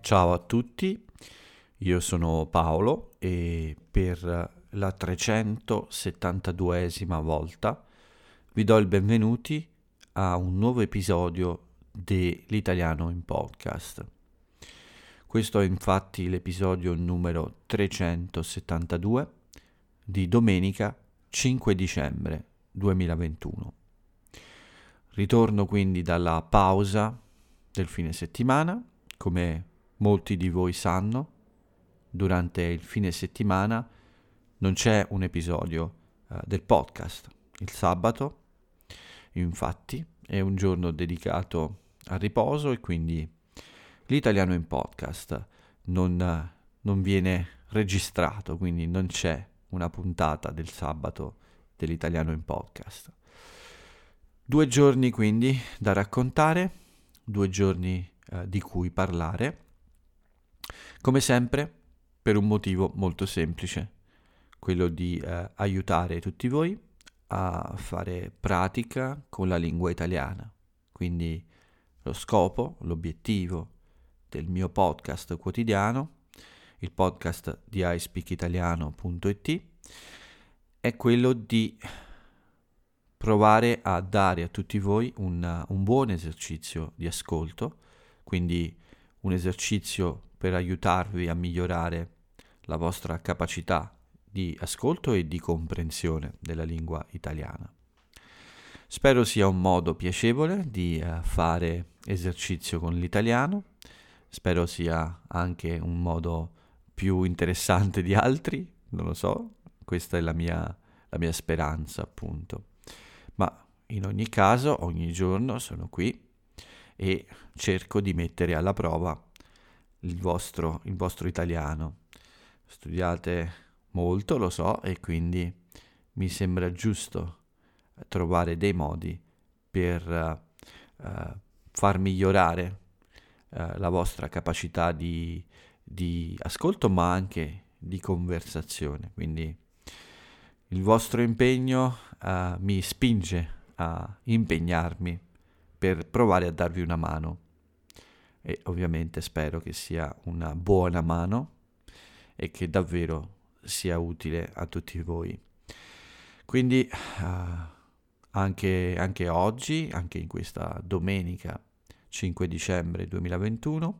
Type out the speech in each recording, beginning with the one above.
Ciao a tutti, io sono Paolo e per la 372esima volta vi do il benvenuti a un nuovo episodio dell'Italiano in Podcast. Questo è infatti l'episodio numero 372 di domenica 5 dicembre 2021. Ritorno quindi dalla pausa del fine settimana. Come molti di voi sanno, durante il fine settimana non c'è un episodio del podcast. Il sabato, infatti, è un giorno dedicato al riposo e quindi l'Italiano in Podcast non viene registrato, quindi non c'è una puntata del sabato dell'Italiano in Podcast. 2 giorni quindi da raccontare, 2 giorni di cui parlare, come sempre per un motivo molto semplice, quello di aiutare tutti voi a fare pratica con la lingua italiana. Quindi lo scopo, l'obiettivo del mio podcast quotidiano, il podcast di ispeakitaliano.it, è quello di provare a dare a tutti voi un buon esercizio di ascolto, quindi un esercizio per aiutarvi a migliorare la vostra capacità di ascolto e di comprensione della lingua italiana. Spero sia un modo piacevole di fare esercizio con l'italiano, spero sia anche un modo più interessante di altri, non lo so, questa è la mia speranza appunto. Ma in ogni caso, ogni giorno sono qui e cerco di mettere alla prova il vostro italiano. Studiate molto, lo so, e quindi mi sembra giusto trovare dei modi per far migliorare la vostra capacità di ascolto, ma anche di conversazione. Quindi il vostro impegno mi spinge a impegnarmi per provare a darvi una mano e ovviamente spero che sia una buona mano e che davvero sia utile a tutti voi. Quindi anche oggi, anche in questa domenica 5 dicembre 2021,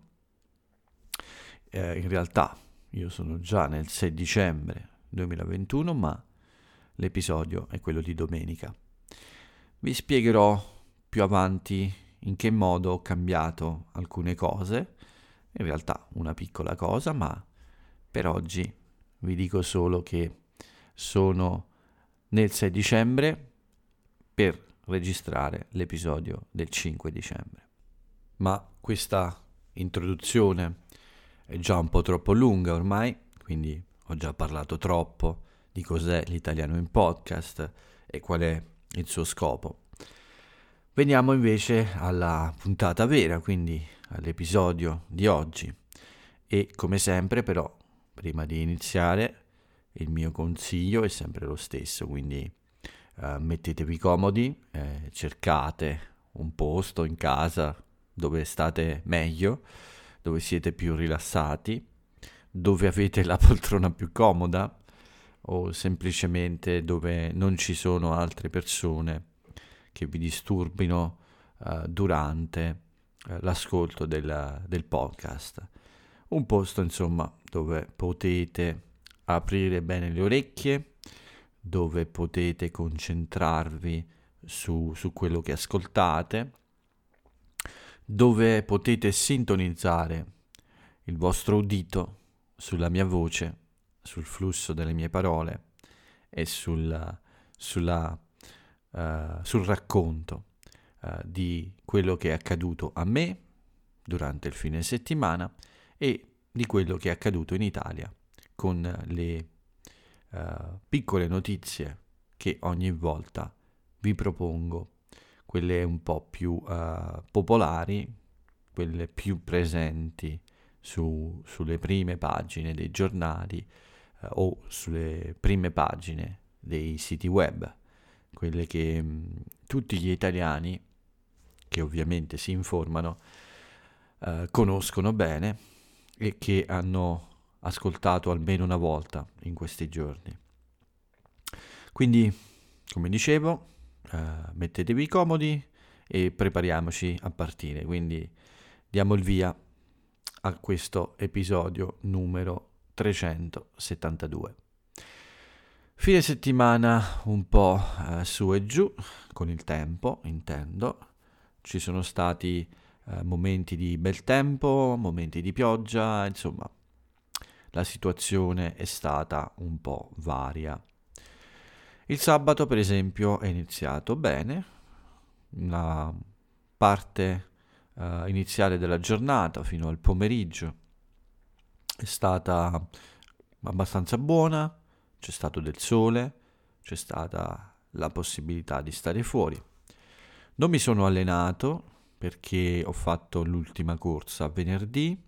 in realtà io sono già nel 6 dicembre 2021, ma l'episodio è quello di domenica. Vi spiegherò più avanti in che modo ho cambiato alcune cose, in realtà una piccola cosa, ma per oggi vi dico solo che sono nel 6 dicembre per registrare l'episodio del 5 dicembre. Ma questa introduzione è già un po' troppo lunga ormai, quindi ho già parlato troppo di cos'è l'Italiano in Podcast e qual è il suo scopo. Veniamo invece alla puntata vera, quindi all'episodio di oggi. E come sempre però, prima di iniziare, il mio consiglio è sempre lo stesso, quindi mettetevi comodi, cercate un posto in casa dove state meglio, dove siete più rilassati, dove avete la poltrona più comoda o semplicemente dove non ci sono altre persone che vi disturbino durante l'ascolto del podcast. Un posto, insomma, dove potete aprire bene le orecchie, dove potete concentrarvi su quello che ascoltate, dove potete sintonizzare il vostro udito sulla mia voce, sul flusso delle mie parole e sul racconto di quello che è accaduto a me durante il fine settimana e di quello che è accaduto in Italia con le piccole notizie che ogni volta vi propongo, quelle un po' più popolari, quelle più presenti sulle prime pagine dei giornali o sulle prime pagine dei siti web, quelle che tutti gli italiani che ovviamente si informano conoscono bene e che hanno ascoltato almeno una volta in questi giorni. Quindi, come dicevo, mettetevi comodi e prepariamoci a partire. Quindi diamo il via a questo episodio numero 372. Fine settimana un po' su e giù, con il tempo, intendo. Ci sono stati momenti di bel tempo, momenti di pioggia, insomma, la situazione è stata un po' varia. Il sabato, per esempio, è iniziato bene, la parte iniziale della giornata fino al pomeriggio è stata abbastanza buona, c'è stato del sole, c'è stata la possibilità di stare fuori. Non mi sono allenato perché ho fatto l'ultima corsa venerdì.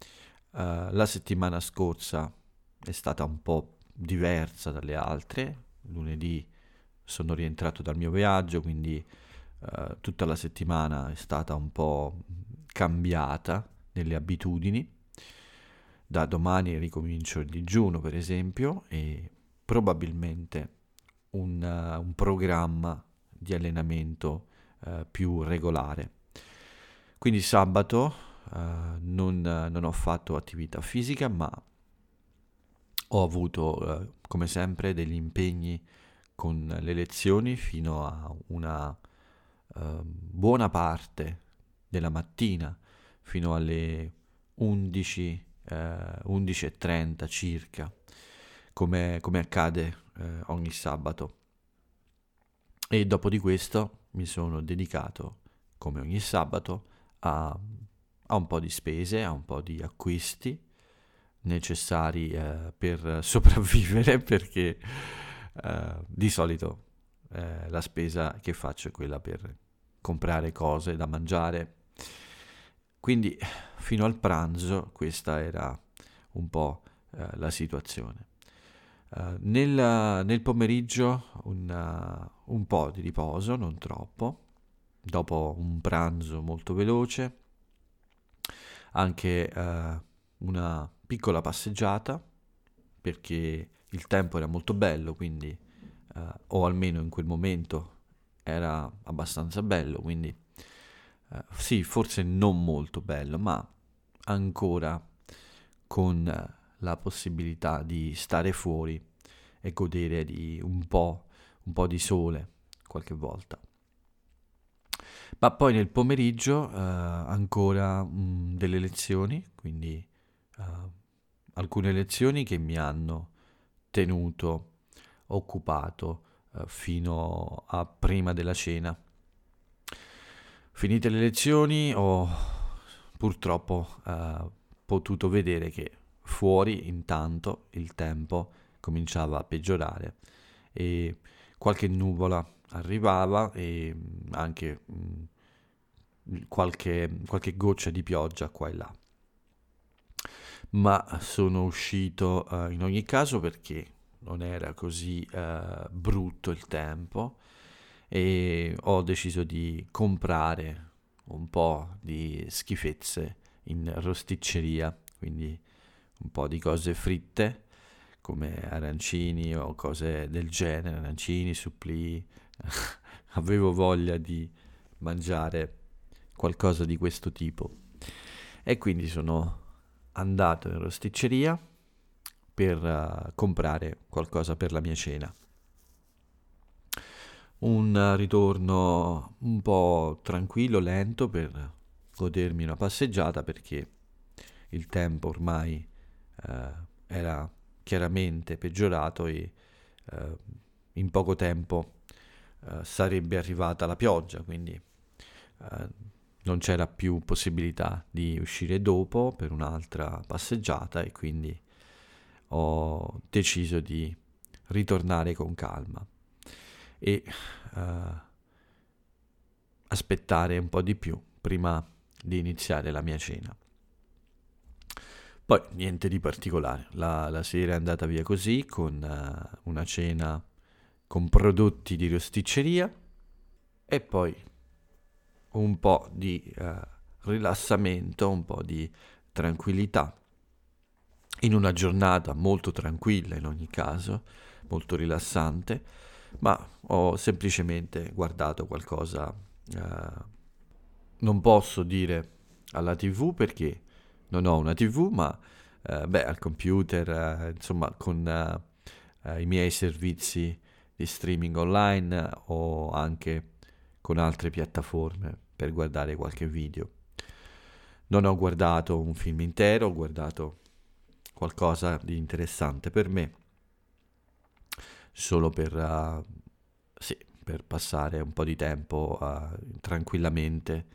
La settimana scorsa è stata un po' diversa dalle altre. Lunedì sono rientrato dal mio viaggio, quindi tutta la settimana è stata un po' cambiata nelle abitudini. Da domani ricomincio il digiuno, per esempio, e probabilmente un programma di allenamento più regolare. Quindi sabato non ho fatto attività fisica, ma ho avuto, come sempre, degli impegni con le lezioni fino a una buona parte della mattina, fino alle 11, 11:30 circa, come accade ogni sabato. E dopo di questo mi sono dedicato, come ogni sabato, a un po' di spese, a un po' di acquisti necessari per sopravvivere, perché di solito la spesa che faccio è quella per comprare cose da mangiare. Quindi fino al pranzo questa era un po' la situazione. Nel pomeriggio un po' di riposo, non troppo, dopo un pranzo molto veloce, anche una piccola passeggiata, perché il tempo era molto bello, quindi o almeno in quel momento era abbastanza bello, quindi sì, forse non molto bello, ma ancora con la possibilità di stare fuori e godere di un po' di sole qualche volta. Ma poi nel pomeriggio ancora delle lezioni, quindi alcune lezioni che mi hanno tenuto occupato fino a prima della cena. Finite le lezioni ho purtroppo potuto vedere che fuori intanto il tempo cominciava a peggiorare e qualche nuvola arrivava e anche qualche goccia di pioggia qua e là. Ma sono uscito in ogni caso perché non era così brutto il tempo e ho deciso di comprare un po' di schifezze in rosticceria, quindi un po' di cose fritte come arancini o cose del genere, arancini, supplì. Avevo voglia di mangiare qualcosa di questo tipo e quindi sono andato in rosticceria per comprare qualcosa per la mia cena. Un ritorno un po' tranquillo, lento, per godermi una passeggiata, perché il tempo ormai era chiaramente peggiorato e in poco tempo sarebbe arrivata la pioggia, quindi non c'era più possibilità di uscire dopo per un'altra passeggiata e quindi ho deciso di ritornare con calma e aspettare un po' di più prima di iniziare la mia cena. Poi niente di particolare, la sera è andata via così, con una cena con prodotti di rosticceria e poi un po' di rilassamento, un po' di tranquillità in una giornata molto tranquilla in ogni caso, molto rilassante, ma ho semplicemente guardato qualcosa, non posso dire alla TV perché non ho una TV, ma al computer, insomma, con i miei servizi di streaming online o anche con altre piattaforme per guardare qualche video. Non ho guardato un film intero, ho guardato qualcosa di interessante per me, solo sì, per passare un po' di tempo tranquillamente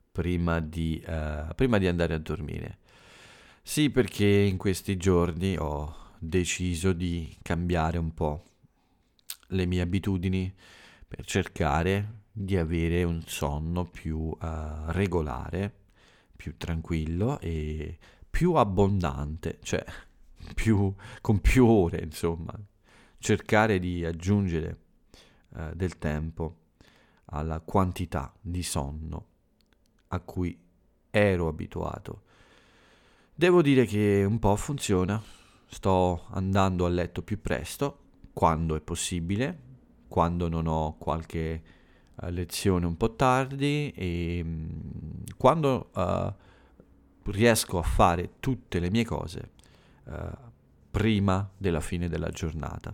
prima di andare a dormire. Sì, perché in questi giorni ho deciso di cambiare un po' le mie abitudini per cercare di avere un sonno più regolare, più tranquillo e più abbondante, cioè con più ore, insomma. Cercare di aggiungere del tempo alla quantità di sonno a cui ero abituato. Devo dire che un po' funziona. Sto andando a letto più presto, quando è possibile, quando non ho qualche lezione un po' tardi e quando riesco a fare tutte le mie cose eh, prima della fine della giornata.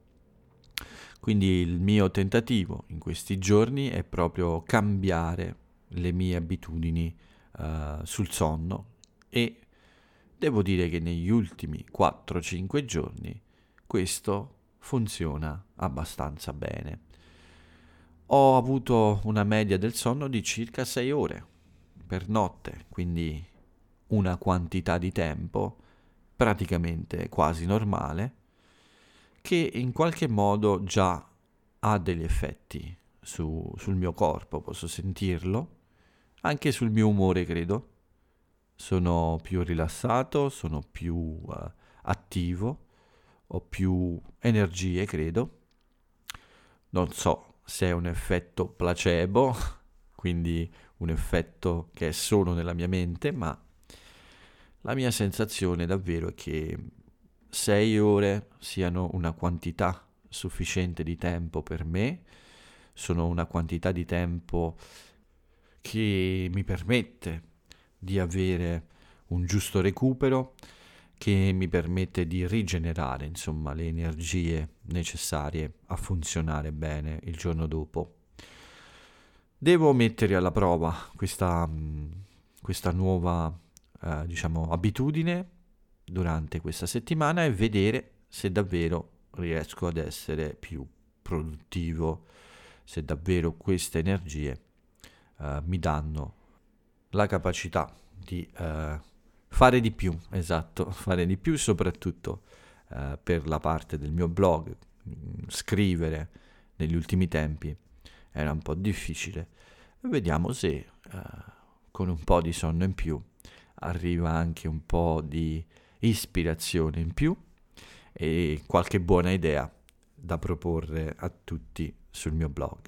Quindi il mio tentativo in questi giorni è proprio cambiare le mie abitudini sul sonno e devo dire che negli ultimi 4-5 giorni questo funziona abbastanza bene. Ho avuto una media del sonno di circa 6 ore per notte, quindi una quantità di tempo praticamente quasi normale, che in qualche modo già ha degli effetti sul mio corpo, posso sentirlo, anche sul mio umore credo. Sono più rilassato, sono più attivo, ho più energie credo. Non so se è un effetto placebo, quindi un effetto che è solo nella mia mente, ma la mia sensazione davvero è che 6 ore siano una quantità sufficiente di tempo per me, sono una quantità di tempo che mi permette di avere un giusto recupero, che mi permette di rigenerare, insomma, le energie necessarie a funzionare bene il giorno dopo. Devo mettere alla prova questa nuova, diciamo, abitudine durante questa settimana e vedere se davvero riesco ad essere più produttivo, se davvero queste energie mi danno la capacità di fare di più, esatto, fare di più soprattutto per la parte del mio blog. Scrivere negli ultimi tempi era un po' difficile. Vediamo se con un po' di sonno in più arriva anche un po' di ispirazione in più e qualche buona idea da proporre a tutti sul mio blog.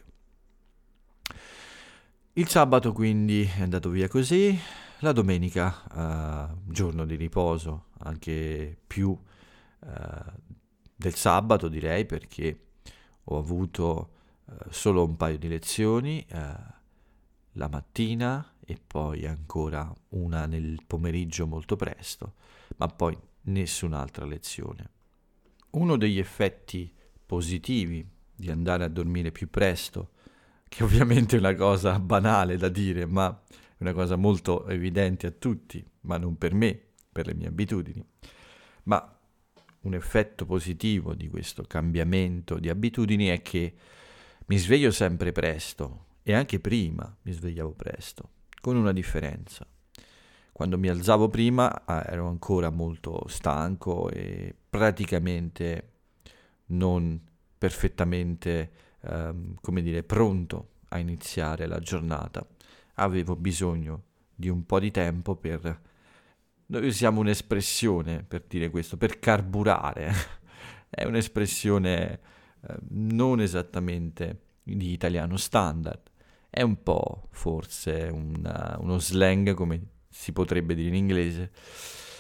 Il sabato quindi è andato via così, la domenica, giorno di riposo, anche più del sabato direi perché ho avuto solo un paio di lezioni la mattina e poi ancora una nel pomeriggio molto presto, ma poi nessun'altra lezione. Uno degli effetti positivi di andare a dormire più presto, che ovviamente è una cosa banale da dire, ma è una cosa molto evidente a tutti, ma non per me, per le mie abitudini. Ma un effetto positivo di questo cambiamento di abitudini è che mi sveglio sempre presto e anche prima mi svegliavo presto, con una differenza. Quando mi alzavo prima ero ancora molto stanco e praticamente non perfettamente, come dire, pronto a iniziare la giornata. Avevo bisogno di un po' di tempo per... Noi usiamo un'espressione per dire questo, per carburare. È un'espressione non esattamente di italiano standard. È un po' forse uno slang, come si potrebbe dire in inglese.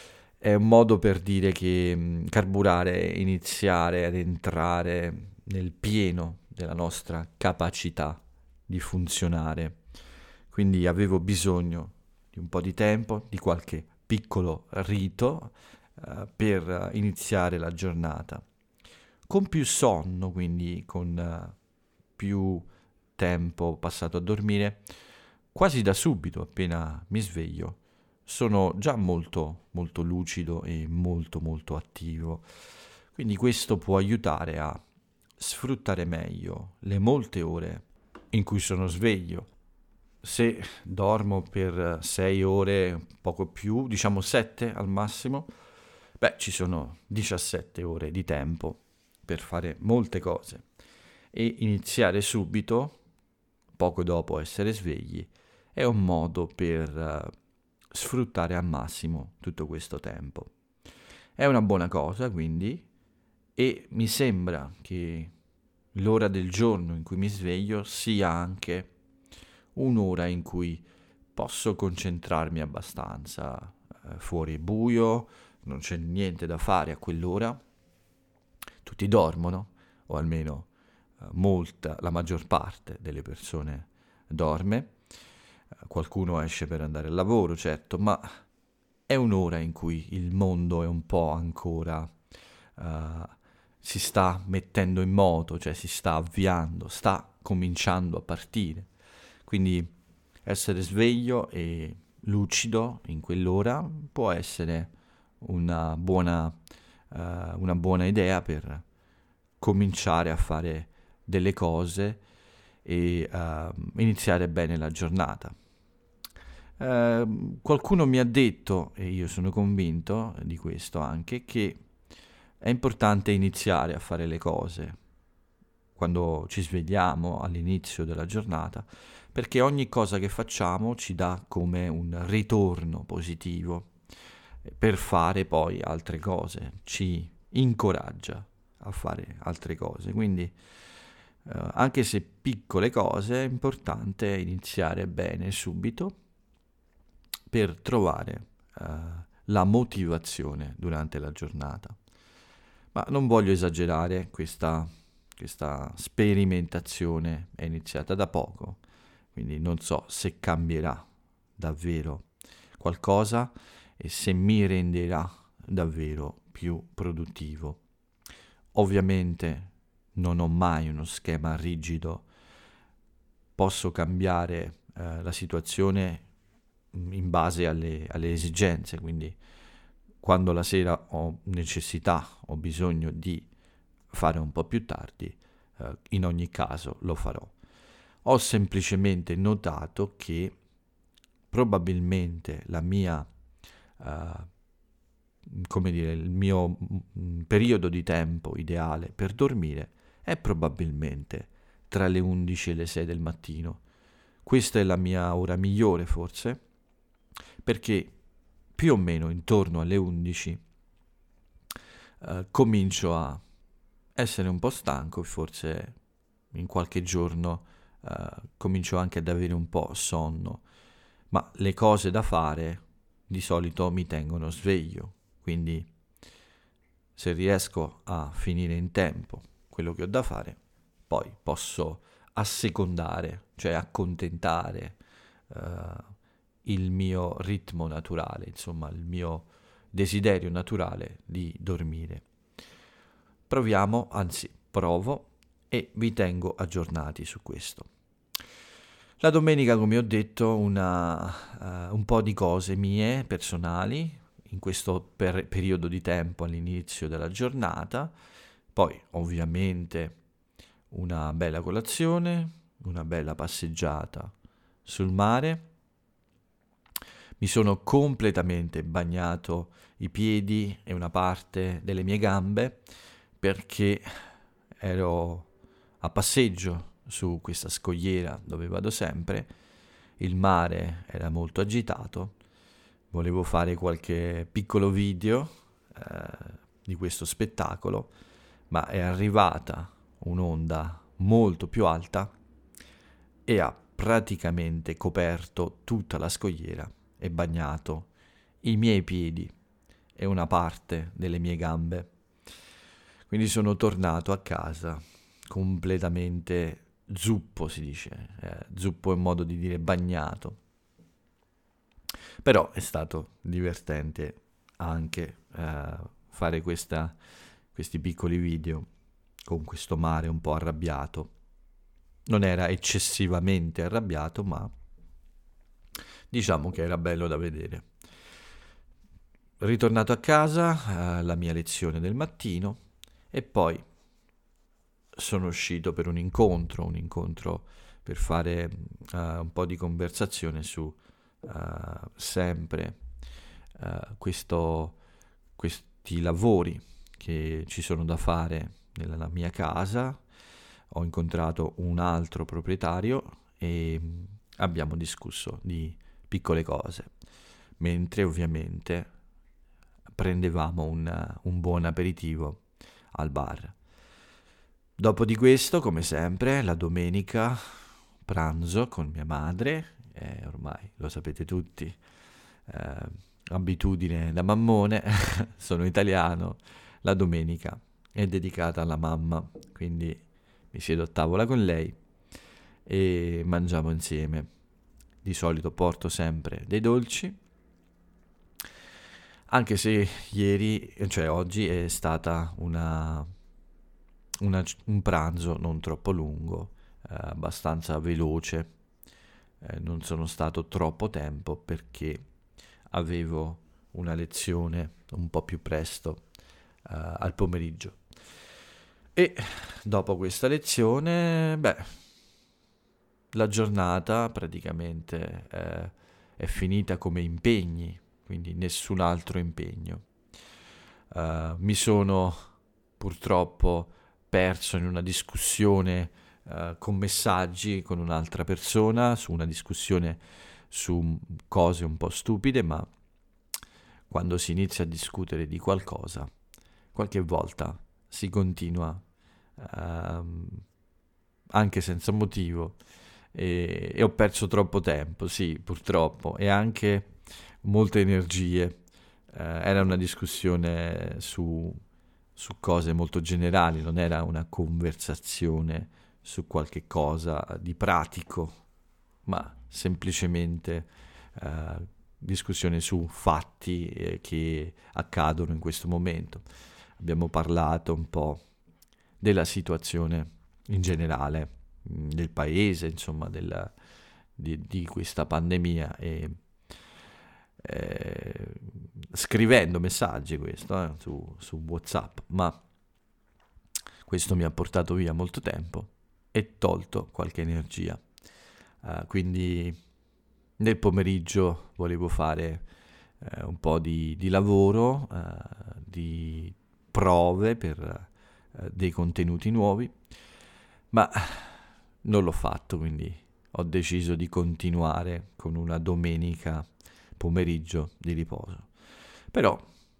è un modo per dire che carburare, iniziare ad entrare nel pieno della nostra capacità di funzionare. Quindi avevo bisogno di un po' di tempo, di qualche piccolo rito per iniziare la giornata. Con più sonno, quindi con più tempo passato a dormire, quasi da subito, appena mi sveglio, sono già molto molto lucido e molto molto attivo. Quindi questo può aiutare a sfruttare meglio le molte ore in cui sono sveglio. Se dormo per 6 ore, poco più, diciamo 7 al massimo, beh, ci sono 17 ore di tempo per fare molte cose e iniziare subito, poco dopo essere svegli, è un modo per sfruttare al massimo tutto questo tempo. È una buona cosa, quindi, e mi sembra che l'ora del giorno in cui mi sveglio sia anche un'ora in cui posso concentrarmi abbastanza. Fuori è buio, non c'è niente da fare a quell'ora, tutti dormono, o almeno la maggior parte delle persone dorme. Qualcuno esce per andare al lavoro, certo, ma è un'ora in cui il mondo è un po' ancora si sta mettendo in moto, cioè si sta avviando, sta cominciando a partire. Quindi essere sveglio e lucido in quell'ora può essere una buona idea per cominciare a fare delle cose e iniziare bene la giornata. Qualcuno mi ha detto, e io sono convinto di questo anche, che è importante iniziare a fare le cose quando ci svegliamo all'inizio della giornata, perché ogni cosa che facciamo ci dà come un ritorno positivo per fare poi altre cose, ci incoraggia a fare altre cose. Quindi anche se piccole cose, è importante iniziare bene subito per trovare la motivazione durante la giornata. Ma non voglio esagerare, questa sperimentazione è iniziata da poco, quindi non so se cambierà davvero qualcosa e se mi renderà davvero più produttivo. Ovviamente non ho mai uno schema rigido, posso cambiare la situazione in base alle esigenze, quindi quando la sera ho necessità, ho bisogno di fare un po' più tardi, in ogni caso lo farò. Ho semplicemente notato che probabilmente la mia, come dire, il mio periodo di tempo ideale per dormire è probabilmente tra le 11 e le 6 del mattino. Questa è la mia ora migliore forse, perché più o meno intorno alle 11 comincio a essere un po' stanco, forse in qualche giorno comincio anche ad avere un po' sonno, ma le cose da fare di solito mi tengono sveglio, quindi se riesco a finire in tempo quello che ho da fare, poi posso assecondare, cioè accontentare il mio ritmo naturale, insomma il mio desiderio naturale di dormire. Provo e vi tengo aggiornati su questo. La domenica, come ho detto, un po' di cose mie, personali, in questo periodo di tempo all'inizio della giornata, poi ovviamente una bella colazione, una bella passeggiata sul mare. Mi sono completamente bagnato i piedi e una parte delle mie gambe perché ero a passeggio su questa scogliera dove vado sempre, il mare era molto agitato, volevo fare qualche piccolo video di questo spettacolo, ma è arrivata un'onda molto più alta e ha praticamente coperto tutta la scogliera e bagnato i miei piedi e una parte delle mie gambe. Quindi sono tornato a casa completamente zuppo, si dice, zuppo è un modo di dire bagnato. Però è stato divertente anche fare questi piccoli video con questo mare un po' arrabbiato. Non era eccessivamente arrabbiato, ma diciamo che era bello da vedere. Ritornato a casa, la mia lezione del mattino, e poi sono uscito per un incontro per fare un po' di conversazione su sempre questi lavori che ci sono da fare nella mia casa. Ho incontrato un altro proprietario e abbiamo discusso di piccole cose, mentre ovviamente prendevamo un buon aperitivo al bar. Dopo di questo, come sempre, la domenica pranzo con mia madre, ormai lo sapete tutti, abitudine da mammone, sono italiano, la domenica è dedicata alla mamma, quindi mi siedo a tavola con lei e mangiamo insieme. Di solito porto sempre dei dolci, anche se oggi è stata un pranzo non troppo lungo, abbastanza veloce. Non sono stato troppo tempo perché avevo una lezione un po' più presto al pomeriggio. E dopo questa lezione, la giornata praticamente è finita come impegni, quindi nessun altro impegno. Mi sono purtroppo perso in una discussione con messaggi con un'altra persona, su una discussione su cose un po' stupide, ma quando si inizia a discutere di qualcosa, qualche volta si continua anche senza motivo e ho perso troppo tempo, sì, purtroppo, e anche molte energie. Era una discussione su cose molto generali, non era una conversazione su qualche cosa di pratico, ma semplicemente discussione su fatti che accadono in questo momento. Abbiamo parlato un po' della situazione in generale del paese, insomma, di questa pandemia e scrivendo messaggi su WhatsApp, ma questo mi ha portato via molto tempo e tolto qualche energia. Quindi nel pomeriggio volevo fare un po' di lavoro, di prove per dei contenuti nuovi, ma non l'ho fatto, quindi ho deciso di continuare con una domenica pomeriggio di riposo. Però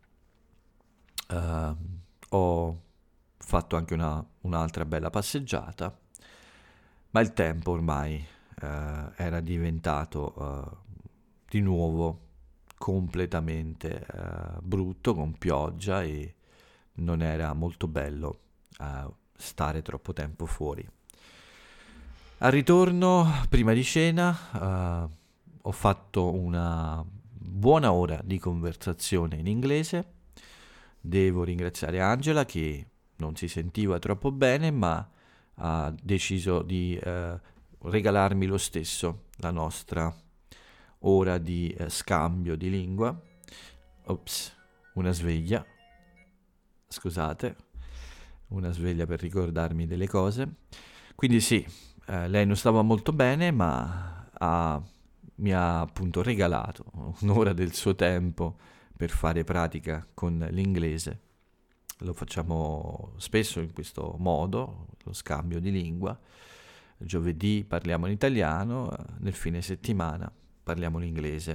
ho fatto anche un'altra bella passeggiata, ma il tempo ormai era diventato di nuovo completamente brutto, con pioggia, e non era molto bello stare troppo tempo fuori. Al ritorno, prima di cena, ho fatto una buona ora di conversazione in inglese. Devo ringraziare Angela che non si sentiva troppo bene, ma ha deciso di regalarmi lo stesso la nostra ora di scambio di lingua. Ops, una sveglia. Scusate, una sveglia per ricordarmi delle cose. Quindi sì, lei non stava molto bene, ma mi ha appunto regalato un'ora del suo tempo per fare pratica con l'inglese. Lo facciamo spesso in questo modo, lo scambio di lingua. Giovedì parliamo in italiano, nel fine settimana parliamo l'inglese.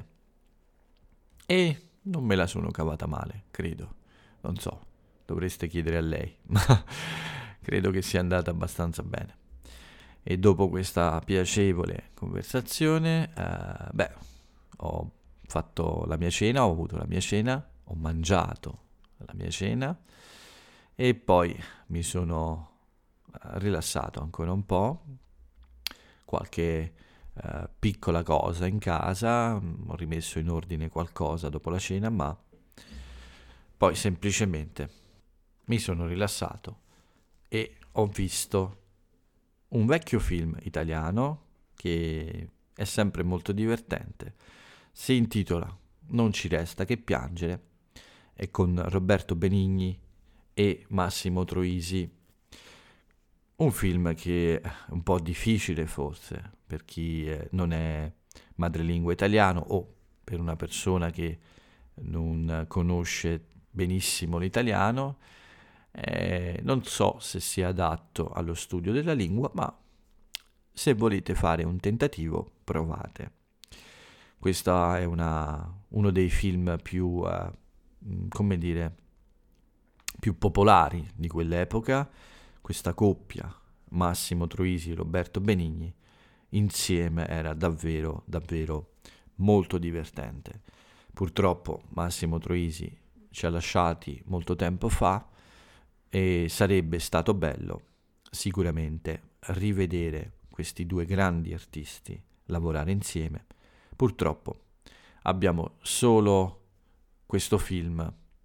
E non me la sono cavata male, credo. Non so, dovreste chiedere a lei, ma credo che sia andata abbastanza bene. E dopo questa piacevole conversazione, ho fatto la mia cena, ho avuto la mia cena ho mangiato la mia cena e poi mi sono rilassato ancora un po', qualche piccola cosa in casa, ho rimesso in ordine qualcosa dopo la cena, ma poi semplicemente mi sono rilassato e ho visto un vecchio film italiano che è sempre molto divertente. Si intitola Non ci resta che piangere, è con Roberto Benigni e Massimo Troisi. Un film che è un po' difficile forse per chi non è madrelingua italiano o per una persona che non conosce benissimo l'italiano. Non so se sia adatto allo studio della lingua, ma se volete fare un tentativo, provate. Questo è uno dei film più, come dire, più popolari di quell'epoca. Questa coppia, Massimo Troisi e Roberto Benigni, insieme era davvero, davvero molto divertente. Purtroppo Massimo Troisi ci ha lasciati molto tempo fa e sarebbe stato bello sicuramente rivedere questi due grandi artisti lavorare insieme. Purtroppo abbiamo solo questo film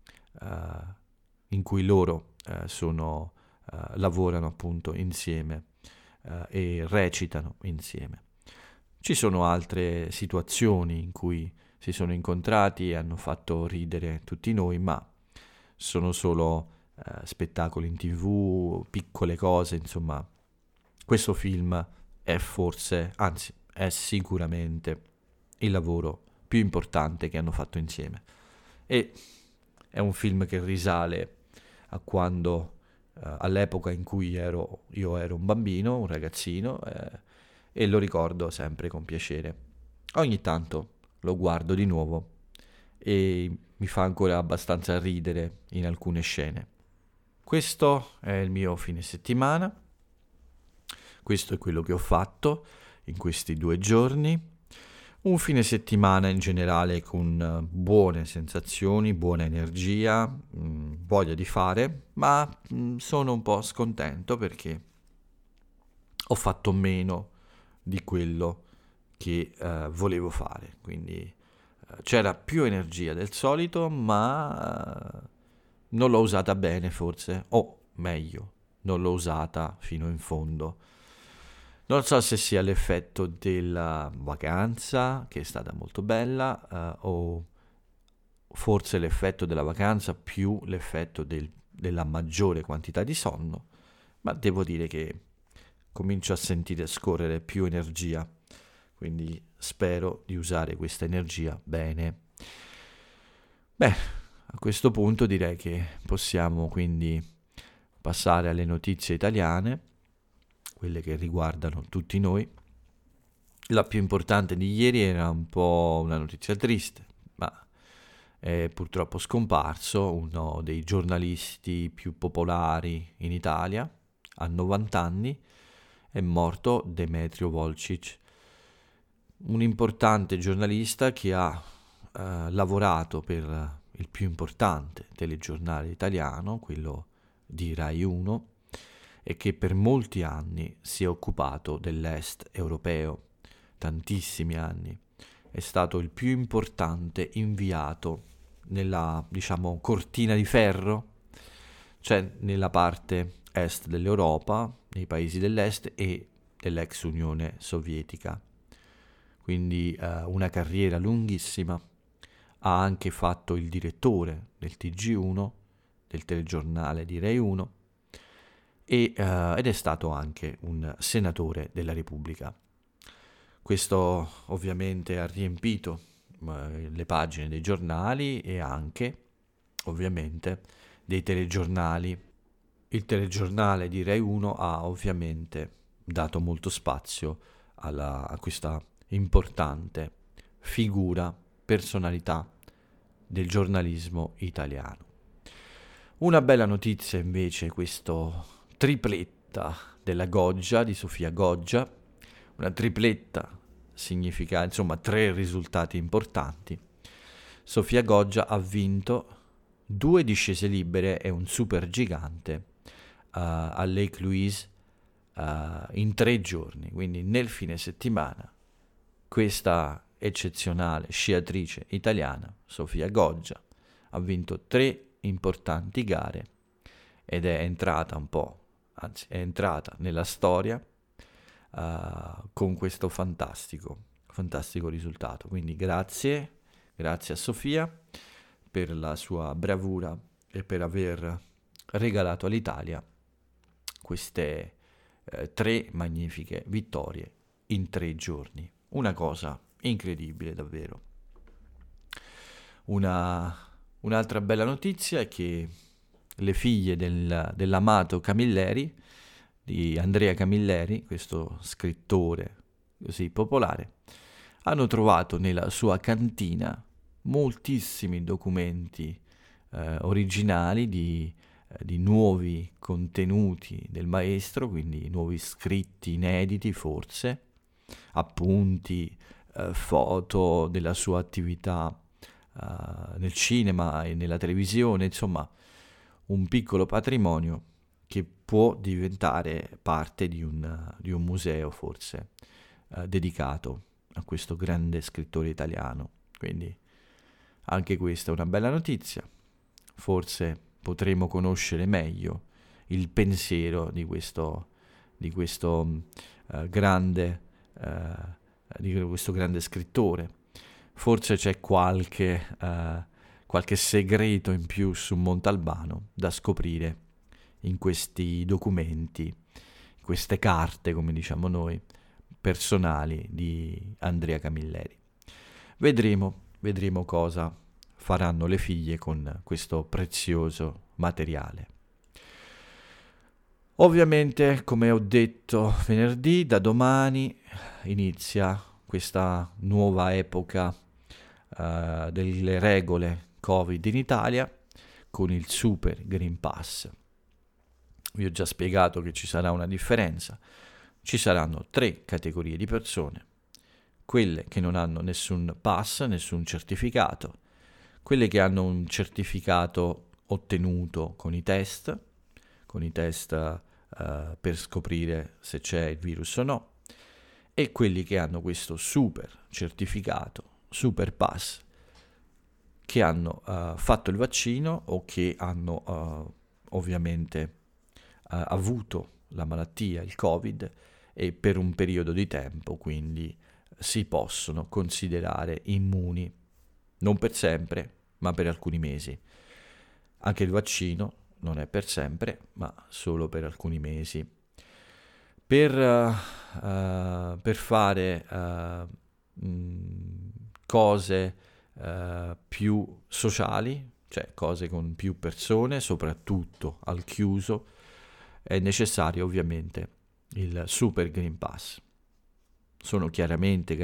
in cui loro lavorano appunto insieme e recitano insieme. Ci sono altre situazioni in cui si sono incontrati e hanno fatto ridere tutti noi, ma sono solo spettacoli in TV, piccole cose, insomma. Questo film è forse, anzi, è sicuramente il lavoro più importante che hanno fatto insieme. E è un film che risale a quando, all'epoca in cui io ero un bambino, un ragazzino, e lo ricordo sempre con piacere. Ogni tanto lo guardo di nuovo e mi fa ancora abbastanza ridere in alcune scene. Questo è il mio fine settimana, questo è quello che ho fatto in questi 2 giorni. Un fine settimana in generale con buone sensazioni, buona energia, voglia di fare, ma sono un po' scontento perché ho fatto meno di quello che volevo fare. Quindi c'era più energia del solito, ma non l'ho usata bene forse, o meglio, non l'ho usata fino in fondo. Non so se sia l'effetto della vacanza, che è stata molto bella, o forse l'effetto della vacanza più l'effetto della maggiore quantità di sonno, ma devo dire che comincio a sentire scorrere più energia, quindi spero di usare questa energia bene. Beh, a questo punto direi che possiamo quindi passare alle notizie italiane, quelle che riguardano tutti noi. La più importante di ieri era un po' una notizia triste, ma è purtroppo scomparso uno dei giornalisti più popolari in Italia, a 90 anni, è morto Demetrio Volcic, un importante giornalista che ha lavorato per il più importante telegiornale italiano, quello di Rai 1, e che per molti anni si è occupato dell'est europeo, tantissimi anni. È stato il più importante inviato nella, diciamo, cortina di ferro, cioè nella parte est dell'Europa, nei paesi dell'est e dell'ex Unione Sovietica. Quindi una carriera lunghissima. Ha anche fatto il direttore del TG1, del telegiornale di Rai 1, ed è stato anche un senatore della Repubblica. Questo ovviamente ha riempito le pagine dei giornali e anche, ovviamente, dei telegiornali. Il telegiornale di Rai 1 ha ovviamente dato molto spazio a questa importante figura, personalità del giornalismo italiano. Una bella notizia invece, questo tripletta della Goggia, di Sofia Goggia. Una tripletta significa, insomma, 3 risultati importanti. Sofia Goggia ha vinto 2 discese libere e un super gigante a Lake Louise in 3 giorni, quindi nel fine settimana. Questa eccezionale sciatrice italiana, Sofia Goggia, ha vinto 3 importanti gare ed è entrata è entrata nella storia con questo fantastico risultato. Quindi grazie a Sofia per la sua bravura e per aver regalato all'Italia queste 3 magnifiche vittorie in 3 giorni. Una cosa incredibile davvero. Un'altra bella notizia è che le figlie dell'amato Camilleri, di Andrea Camilleri, questo scrittore così popolare, hanno trovato nella sua cantina moltissimi documenti originali di nuovi contenuti del maestro, quindi nuovi scritti inediti forse, appunti, foto della sua attività nel cinema e nella televisione, insomma un piccolo patrimonio che può diventare parte di un museo forse dedicato a questo grande scrittore italiano. Quindi anche questa è una bella notizia. Forse potremo conoscere meglio il pensiero di questo grande scrittore. Forse c'è qualche segreto in più su Montalbano da scoprire in questi documenti, queste carte, come diciamo noi, personali di Andrea Camilleri. Vedremo cosa faranno le figlie con questo prezioso materiale. Ovviamente, come ho detto venerdì, da domani inizia questa nuova epoca delle regole Covid in Italia con il Super Green Pass. Vi ho già spiegato che ci sarà una differenza. Ci saranno 3 categorie di persone: quelle che non hanno nessun pass, nessun certificato, quelle che hanno un certificato ottenuto con i test per scoprire se c'è il virus o no, e quelli che hanno questo super certificato, super pass, che hanno fatto il vaccino o che hanno ovviamente avuto la malattia, il Covid, e per un periodo di tempo, quindi si possono considerare immuni, non per sempre, ma per alcuni mesi. Anche il vaccino non è per sempre, ma solo per alcuni mesi. Per fare cose più sociali, cioè cose con più persone, soprattutto al chiuso, è necessario ovviamente il Super Green Pass. Sono chiaramente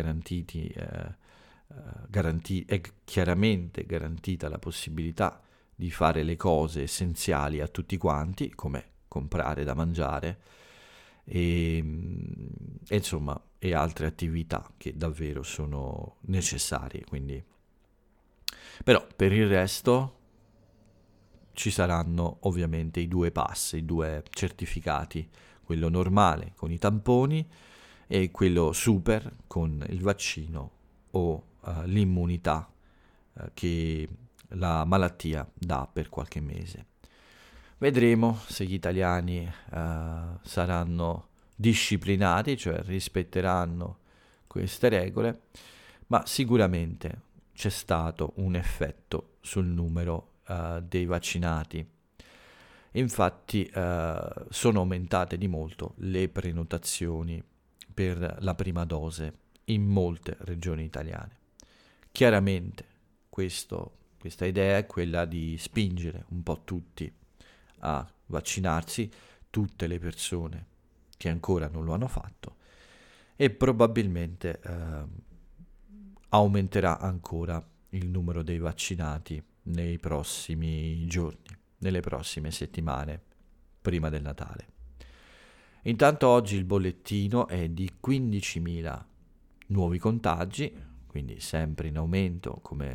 è chiaramente garantita la possibilità di fare le cose essenziali a tutti quanti, come comprare da mangiare e insomma, e altre attività che davvero sono necessarie. Quindi, però per il resto ci saranno ovviamente i 2 pass, i 2 certificati, quello normale con i tamponi e quello super con il vaccino o l'immunità che la malattia dà per qualche mese. Vedremo se gli italiani saranno disciplinati, cioè rispetteranno queste regole, ma sicuramente c'è stato un effetto sul numero dei vaccinati. Infatti sono aumentate di molto le prenotazioni per la prima dose in molte regioni italiane. Chiaramente questa idea è quella di spingere un po' tutti a vaccinarsi, tutte le persone che ancora non lo hanno fatto, e probabilmente aumenterà ancora il numero dei vaccinati nei prossimi giorni, nelle prossime settimane, prima del Natale. Intanto oggi il bollettino è di 15.000 nuovi contagi, quindi sempre in aumento, come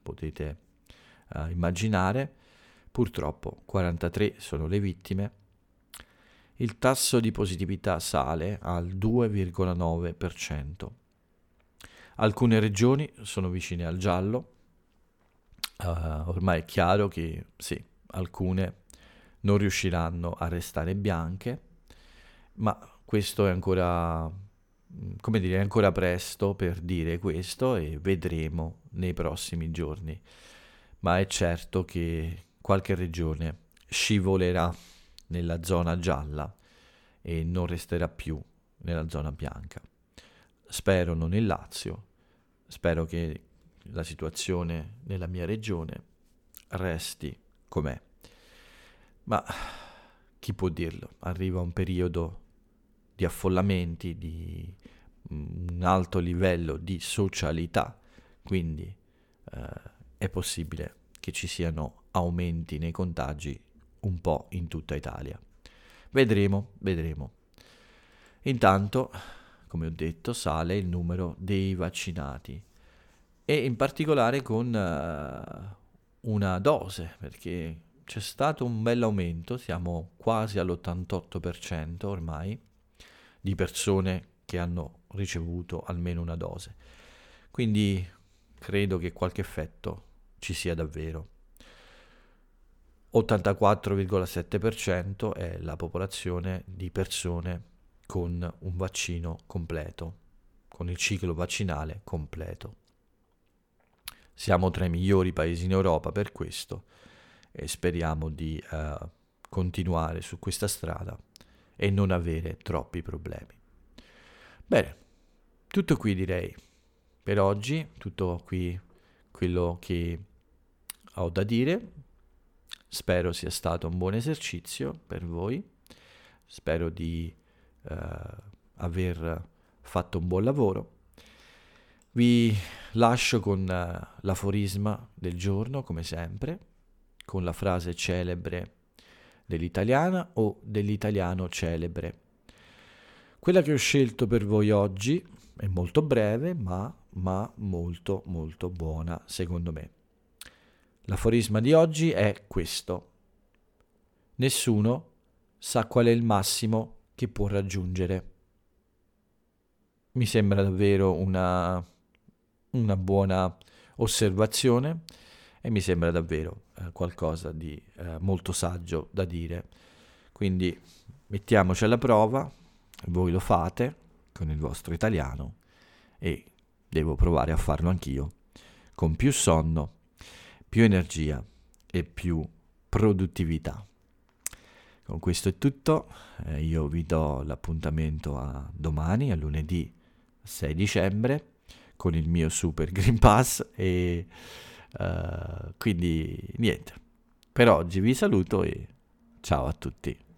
potete immaginare. Purtroppo 43 sono le vittime. Il tasso di positività sale al 2,9%. Alcune regioni sono vicine al giallo. Ormai è chiaro che sì, alcune non riusciranno a restare bianche, ma questo è ancora, come dire, è ancora presto per dire questo e vedremo nei prossimi giorni. Ma è certo che qualche regione scivolerà nella zona gialla e non resterà più nella zona bianca. Spero non il Lazio, spero che la situazione nella mia regione resti com'è. Ma chi può dirlo? Arriva un periodo di affollamenti, di un alto livello di socialità, quindi è possibile che ci siano aumenti nei contagi un po' in tutta Italia. Vedremo, vedremo. Intanto, come ho detto, sale il numero dei vaccinati e in particolare con una dose, perché c'è stato un bel aumento, siamo quasi all'88% ormai di persone che hanno ricevuto almeno una dose. Quindi credo che qualche effetto ci sia davvero. 84,7% è la popolazione di persone con un vaccino completo, con il ciclo vaccinale completo. Siamo tra i migliori paesi in Europa per questo e speriamo di continuare su questa strada e non avere troppi problemi. Bene, tutto qui direi per oggi, tutto qui quello che ho da dire. Spero sia stato un buon esercizio per voi, spero di aver fatto un buon lavoro. Vi lascio con l'aforisma del giorno, come sempre, con la frase celebre dell'italiana o dell'italiano celebre. Quella che ho scelto per voi oggi è molto breve, ma molto molto buona, secondo me. L'aforisma di oggi è questo: nessuno sa qual è il massimo che può raggiungere. Mi sembra davvero una buona osservazione e mi sembra davvero qualcosa di molto saggio da dire. Quindi mettiamoci alla prova, voi lo fate con il vostro italiano e devo provare a farlo anch'io, con più sonno, più energia e più produttività. Con questo è tutto, io vi do l'appuntamento a domani, a lunedì 6 dicembre, con il mio Super Green Pass e quindi niente. Per oggi vi saluto e ciao a tutti.